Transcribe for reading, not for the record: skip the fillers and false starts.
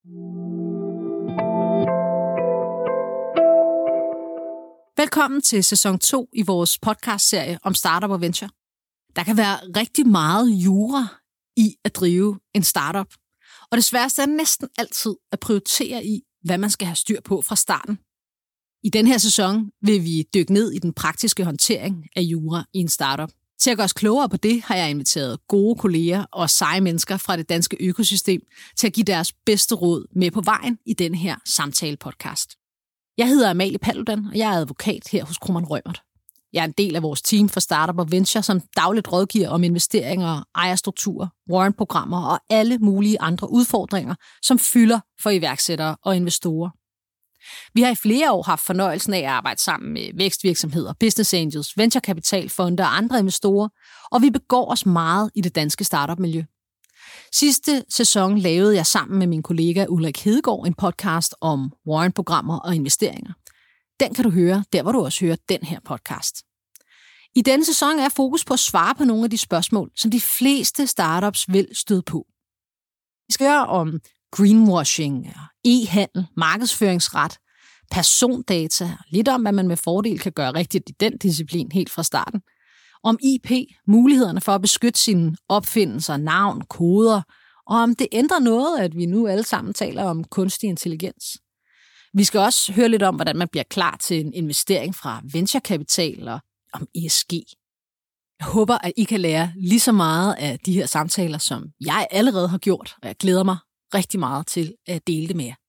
Velkommen til sæson 2 i vores podcastserie om startup og venture. Der kan være rigtig meget jura i at drive en startup, og det sværeste er næsten altid at prioritere i, hvad man skal have styr på fra starten. I den her sæson vil vi dykke ned i den praktiske håndtering af jura i en startup. Til at gøre os klogere på det, har jeg inviteret gode kolleger og seje mennesker fra det danske økosystem til at give deres bedste råd med på vejen i den her samtale-podcast. Jeg hedder Amalie Paludan, og jeg er advokat her hos Kromann Reumert. Jeg er en del af vores team for Startup og Venture, som dagligt rådgiver om investeringer, ejerstrukturer, warrant-programmer og alle mulige andre udfordringer, som fylder for iværksættere og investorer. Vi har i flere år haft fornøjelsen af at arbejde sammen med vækstvirksomheder, business angels, venturekapitalfonde og andre investorer, og vi begår os meget i det danske startup-miljø. Sidste sæson lavede jeg sammen med min kollega Ulrik Hedegaard en podcast om warrant-programmer og investeringer. Den kan du høre der, hvor du også hører den her podcast. I denne sæson er fokus på at svare på nogle af de spørgsmål, som de fleste startups vil støde på. Vi skal høre om greenwashing, e-handel, markedsføringsret, persondata, lidt om, hvad man med fordel kan gøre rigtigt i den disciplin helt fra starten. Om IP, mulighederne for at beskytte sine opfindelser, navn, koder, og om det ændrer noget, at vi nu alle sammen taler om kunstig intelligens. Vi skal også høre lidt om, hvordan man bliver klar til en investering fra venturekapital og om ESG. Jeg håber, at I kan lære lige så meget af de her samtaler, som jeg allerede har gjort, og jeg glæder mig rigtig meget til at dele det med jer.